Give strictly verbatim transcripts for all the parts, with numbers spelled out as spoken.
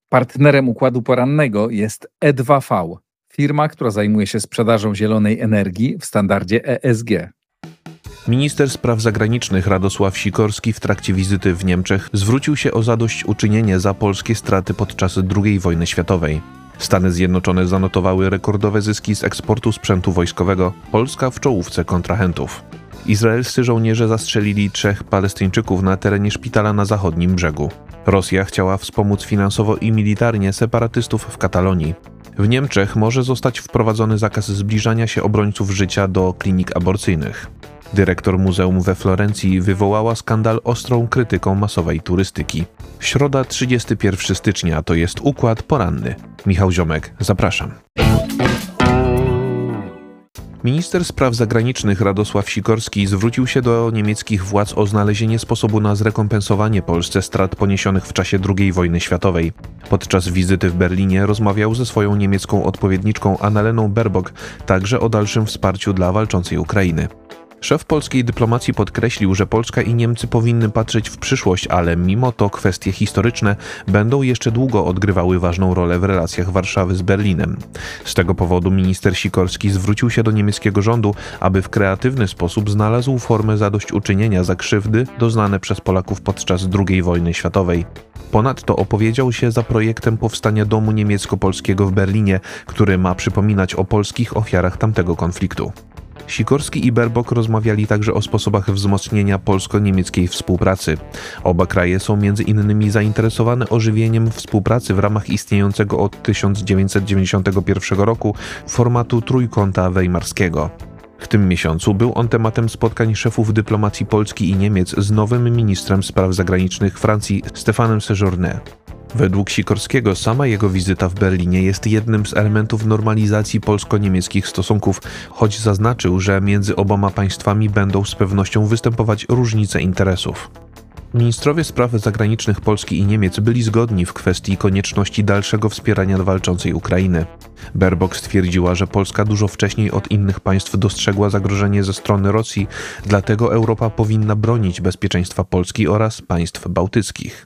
Partnerem układu porannego jest E dwa V, firma, która zajmuje się sprzedażą zielonej energii w standardzie E S G. Minister spraw zagranicznych Radosław Sikorski w trakcie wizyty w Niemczech zwrócił się o zadośćuczynienie za polskie straty podczas drugiej wojny światowej. Stany Zjednoczone zanotowały rekordowe zyski z eksportu sprzętu wojskowego, Polska w czołówce kontrahentów. Izraelscy żołnierze zastrzelili trzech Palestyńczyków na terenie szpitala na zachodnim brzegu. Rosja chciała wspomóc finansowo i militarnie separatystów w Katalonii. W Niemczech może zostać wprowadzony zakaz zbliżania się obrońców życia do klinik aborcyjnych. Dyrektor muzeum we Florencji wywołała skandal ostrą krytyką masowej turystyki. Środa trzydziestego pierwszego stycznia to jest układ poranny. Michał Ziomek, zapraszam. Minister spraw zagranicznych Radosław Sikorski zwrócił się do niemieckich władz o znalezienie sposobu na zrekompensowanie Polsce strat poniesionych w czasie drugiej wojny światowej. Podczas wizyty w Berlinie rozmawiał ze swoją niemiecką odpowiedniczką Annaleną Baerbock także o dalszym wsparciu dla walczącej Ukrainy. Szef polskiej dyplomacji podkreślił, że Polska i Niemcy powinny patrzeć w przyszłość, ale mimo to kwestie historyczne będą jeszcze długo odgrywały ważną rolę w relacjach Warszawy z Berlinem. Z tego powodu minister Sikorski zwrócił się do niemieckiego rządu, aby w kreatywny sposób znalazł formę zadośćuczynienia za krzywdy doznane przez Polaków podczas drugiej wojny światowej. Ponadto opowiedział się za projektem powstania Domu Niemiecko-Polskiego w Berlinie, który ma przypominać o polskich ofiarach tamtego konfliktu. Sikorski i Baerbock rozmawiali także o sposobach wzmocnienia polsko-niemieckiej współpracy. Oba kraje są między innymi zainteresowane ożywieniem współpracy w ramach istniejącego od tysiąc dziewięćset dziewięćdziesiątego pierwszego roku formatu Trójkąta Weimarskiego. W tym miesiącu był on tematem spotkań szefów dyplomacji Polski i Niemiec z nowym ministrem spraw zagranicznych Francji Stéphanem Séjourné. Według Sikorskiego sama jego wizyta w Berlinie jest jednym z elementów normalizacji polsko-niemieckich stosunków, choć zaznaczył, że między oboma państwami będą z pewnością występować różnice interesów. Ministrowie spraw zagranicznych Polski i Niemiec byli zgodni w kwestii konieczności dalszego wspierania walczącej Ukrainy. Baerbock stwierdziła, że Polska dużo wcześniej od innych państw dostrzegła zagrożenie ze strony Rosji, dlatego Europa powinna bronić bezpieczeństwa Polski oraz państw bałtyckich.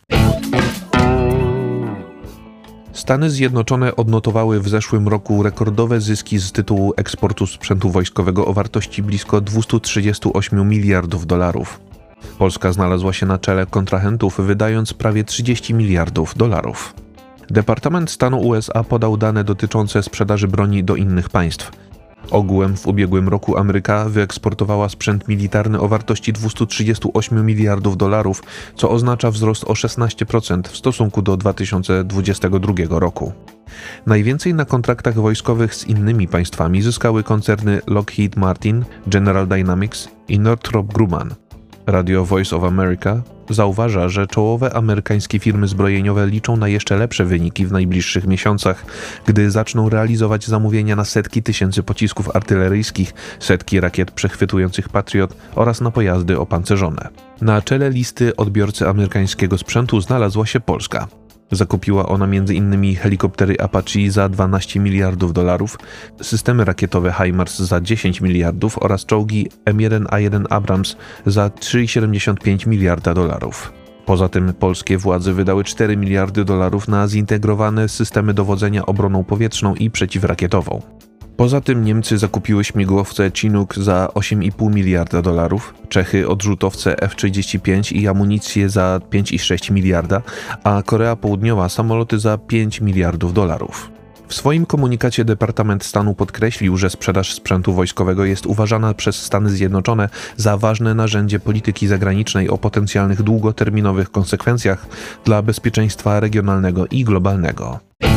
Stany Zjednoczone odnotowały w zeszłym roku rekordowe zyski z tytułu eksportu sprzętu wojskowego o wartości blisko dwieście trzydzieści osiem miliardów dolarów. Polska znalazła się na czele kontrahentów, wydając prawie trzydzieści miliardów dolarów. Departament Stanu U S A podał dane dotyczące sprzedaży broni do innych państw. Ogółem w ubiegłym roku Ameryka wyeksportowała sprzęt militarny o wartości dwieście trzydzieści osiem miliardów dolarów, co oznacza wzrost o szesnaście procent w stosunku do dwa tysiące dwudziestego drugiego roku. Najwięcej na kontraktach wojskowych z innymi państwami zyskały koncerny Lockheed Martin, General Dynamics i Northrop Grumman. Radio Voice of America zauważa, że czołowe amerykańskie firmy zbrojeniowe liczą na jeszcze lepsze wyniki w najbliższych miesiącach, gdy zaczną realizować zamówienia na setki tysięcy pocisków artyleryjskich, setki rakiet przechwytujących Patriot oraz na pojazdy opancerzone. Na czele listy odbiorcy amerykańskiego sprzętu znalazła się Polska. Zakupiła ona między innymi helikoptery Apache za dwanaście miliardów dolarów, systemy rakietowe HIMARS za dziesięć miliardów oraz czołgi M jeden A jeden Abrams za trzy przecinek siedemdziesiąt pięć miliarda dolarów. Poza tym polskie władze wydały cztery miliardy dolarów na zintegrowane systemy dowodzenia obroną powietrzną i przeciwrakietową. Poza tym Niemcy zakupiły śmigłowce Chinook za osiem i pół miliarda dolarów, Czechy odrzutowce F trzydzieści pięć i amunicję za pięć przecinek sześć miliarda, a Korea Południowa samoloty za pięć miliardów dolarów. W swoim komunikacie Departament Stanu podkreślił, że sprzedaż sprzętu wojskowego jest uważana przez Stany Zjednoczone za ważne narzędzie polityki zagranicznej o potencjalnych długoterminowych konsekwencjach dla bezpieczeństwa regionalnego i globalnego.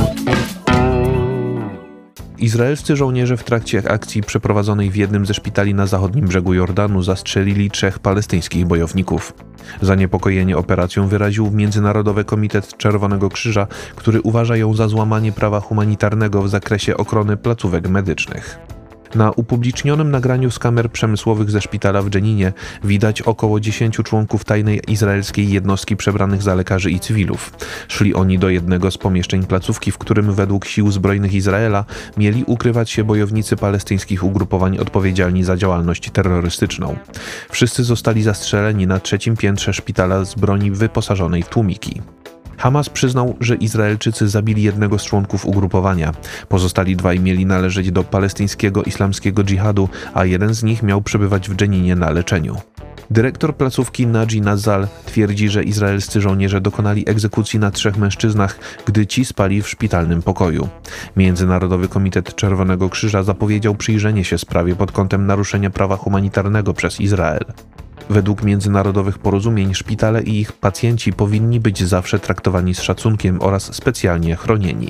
Izraelscy żołnierze w trakcie akcji przeprowadzonej w jednym ze szpitali na zachodnim brzegu Jordanu zastrzelili trzech palestyńskich bojowników. Zaniepokojenie operacją wyraził Międzynarodowy Komitet Czerwonego Krzyża, który uważa ją za złamanie prawa humanitarnego w zakresie ochrony placówek medycznych. Na upublicznionym nagraniu z kamer przemysłowych ze szpitala w Dżeninie widać około dziesięciu członków tajnej izraelskiej jednostki przebranych za lekarzy i cywilów. Szli oni do jednego z pomieszczeń placówki, w którym według sił zbrojnych Izraela mieli ukrywać się bojownicy palestyńskich ugrupowań odpowiedzialni za działalność terrorystyczną. Wszyscy zostali zastrzeleni na trzecim piętrze szpitala z broni wyposażonej w tłumiki. Hamas przyznał, że Izraelczycy zabili jednego z członków ugrupowania. Pozostali dwaj mieli należeć do palestyńskiego islamskiego dżihadu, a jeden z nich miał przebywać w Dżeninie na leczeniu. Dyrektor placówki Naji Nazal twierdzi, że izraelscy żołnierze dokonali egzekucji na trzech mężczyznach, gdy ci spali w szpitalnym pokoju. Międzynarodowy Komitet Czerwonego Krzyża zapowiedział przyjrzenie się sprawie pod kątem naruszenia prawa humanitarnego przez Izrael. Według międzynarodowych porozumień szpitale i ich pacjenci powinni być zawsze traktowani z szacunkiem oraz specjalnie chronieni.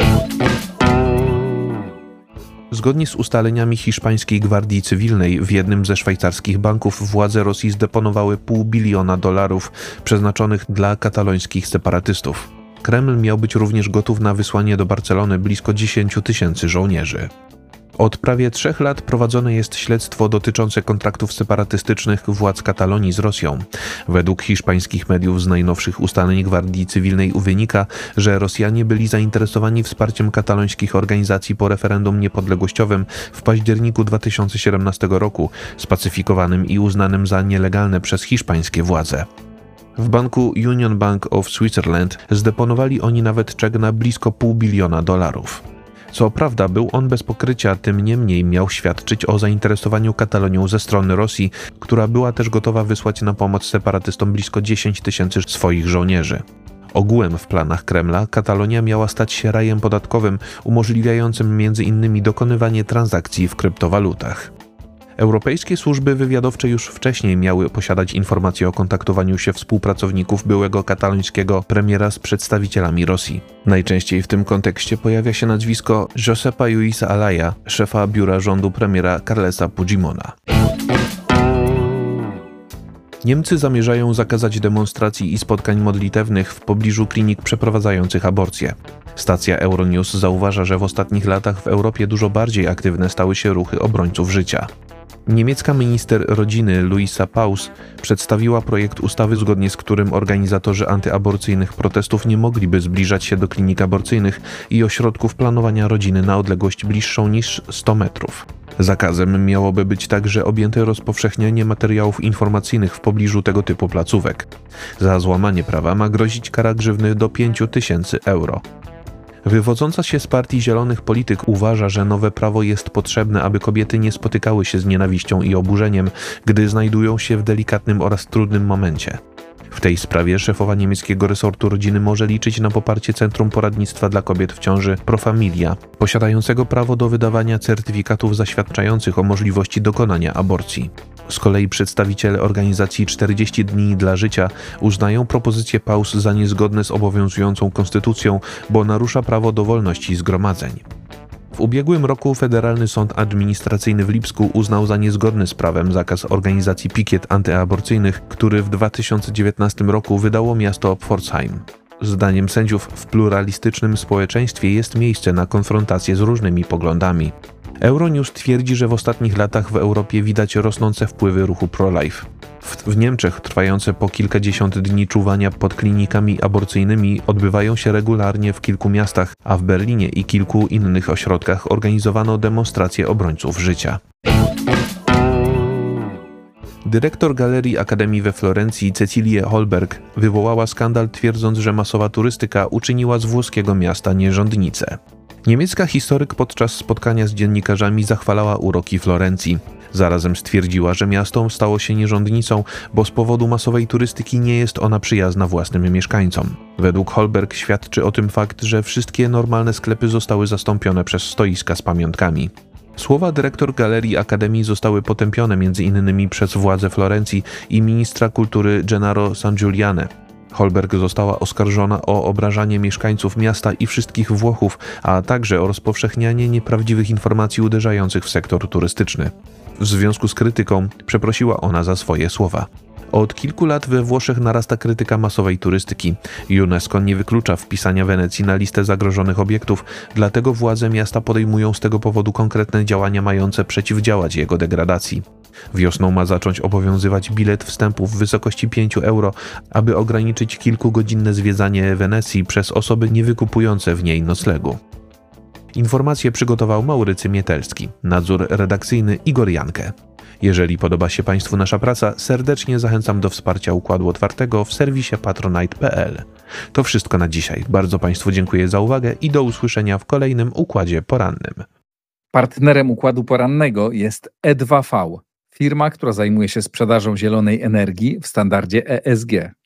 Zgodnie z ustaleniami hiszpańskiej Gwardii Cywilnej w jednym ze szwajcarskich banków władze Rosji zdeponowały pół biliona dolarów przeznaczonych dla katalońskich separatystów. Kreml miał być również gotów na wysłanie do Barcelony blisko dziesięciu tysięcy żołnierzy. Od prawie trzech lat prowadzone jest śledztwo dotyczące kontraktów separatystycznych władz Katalonii z Rosją. Według hiszpańskich mediów z najnowszych ustaleń Gwardii Cywilnej wynika, że Rosjanie byli zainteresowani wsparciem katalońskich organizacji po referendum niepodległościowym w październiku dwa tysiące siedemnastego roku, spacyfikowanym i uznanym za nielegalne przez hiszpańskie władze. W banku Union Bank of Switzerland zdeponowali oni nawet czek na blisko pół biliona dolarów. Co prawda był on bez pokrycia, tym niemniej miał świadczyć o zainteresowaniu Katalonią ze strony Rosji, która była też gotowa wysłać na pomoc separatystom blisko dziesięć tysięcy swoich żołnierzy. Ogółem w planach Kremla Katalonia miała stać się rajem podatkowym, umożliwiającym między innymi dokonywanie transakcji w kryptowalutach. Europejskie służby wywiadowcze już wcześniej miały posiadać informacje o kontaktowaniu się współpracowników byłego katalońskiego premiera z przedstawicielami Rosji. Najczęściej w tym kontekście pojawia się nazwisko Josepa Lluisa Alaya, szefa biura rządu premiera Carlesa Puigdemona. Niemcy zamierzają zakazać demonstracji i spotkań modlitewnych w pobliżu klinik przeprowadzających aborcje. Stacja Euronews zauważa, że w ostatnich latach w Europie dużo bardziej aktywne stały się ruchy obrońców życia. Niemiecka minister rodziny Luisa Paus przedstawiła projekt ustawy, zgodnie z którym organizatorzy antyaborcyjnych protestów nie mogliby zbliżać się do klinik aborcyjnych i ośrodków planowania rodziny na odległość bliższą niż sto metrów. Zakazem miałoby być także objęte rozpowszechnianie materiałów informacyjnych w pobliżu tego typu placówek. Za złamanie prawa ma grozić kara grzywny do pięciu tysięcy euro. Wywodząca się z partii Zielonych polityk uważa, że nowe prawo jest potrzebne, aby kobiety nie spotykały się z nienawiścią i oburzeniem, gdy znajdują się w delikatnym oraz trudnym momencie. W tej sprawie szefowa niemieckiego resortu rodziny może liczyć na poparcie Centrum Poradnictwa dla Kobiet w Ciąży Pro Familia, posiadającego prawo do wydawania certyfikatów zaświadczających o możliwości dokonania aborcji. Z kolei przedstawiciele organizacji czterdzieści dni dla życia uznają propozycję Paus za niezgodne z obowiązującą konstytucją, bo narusza prawo do wolności zgromadzeń. W ubiegłym roku Federalny Sąd Administracyjny w Lipsku uznał za niezgodny z prawem zakaz organizacji pikiet antyaborcyjnych, który w dwa tysiące dziewiętnastym roku wydało miasto Pforzheim. Zdaniem sędziów w pluralistycznym społeczeństwie jest miejsce na konfrontację z różnymi poglądami. Euronews twierdzi, że w ostatnich latach w Europie widać rosnące wpływy ruchu pro-life. W, w Niemczech trwające po kilkadziesiąt dni czuwania pod klinikami aborcyjnymi odbywają się regularnie w kilku miastach, a w Berlinie i kilku innych ośrodkach organizowano demonstracje obrońców życia. Dyrektor Galerii Akademii we Florencji Cecilie Holberg wywołała skandal, twierdząc, że masowa turystyka uczyniła z włoskiego miasta nierządnicę. Niemiecka historyk podczas spotkania z dziennikarzami zachwalała uroki Florencji. Zarazem stwierdziła, że miasto stało się nierządnicą, bo z powodu masowej turystyki nie jest ona przyjazna własnym mieszkańcom. Według Holberg świadczy o tym fakt, że wszystkie normalne sklepy zostały zastąpione przez stoiska z pamiątkami. Słowa dyrektor Galerii Akademii zostały potępione między innymi przez władze Florencji i ministra kultury Gennaro Sangiuliane. Holberg została oskarżona o obrażanie mieszkańców miasta i wszystkich Włochów, a także o rozpowszechnianie nieprawdziwych informacji uderzających w sektor turystyczny. W związku z krytyką przeprosiła ona za swoje słowa. Od kilku lat we Włoszech narasta krytyka masowej turystyki. UNESCO nie wyklucza wpisania Wenecji na listę zagrożonych obiektów, dlatego władze miasta podejmują z tego powodu konkretne działania mające przeciwdziałać jego degradacji. Wiosną ma zacząć obowiązywać bilet wstępu w wysokości pięć euro, aby ograniczyć kilkugodzinne zwiedzanie Wenecji przez osoby nie wykupujące w niej noclegu. Informacje przygotował Maurycy Mietelski, nadzór redakcyjny Igor Jankę. Jeżeli podoba się Państwu nasza praca, serdecznie zachęcam do wsparcia Układu Otwartego w serwisie patronite kropka p l. To wszystko na dzisiaj. Bardzo Państwu dziękuję za uwagę i do usłyszenia w kolejnym Układzie Porannym. Partnerem Układu Porannego jest E dwa V, firma, która zajmuje się sprzedażą zielonej energii w standardzie E S G.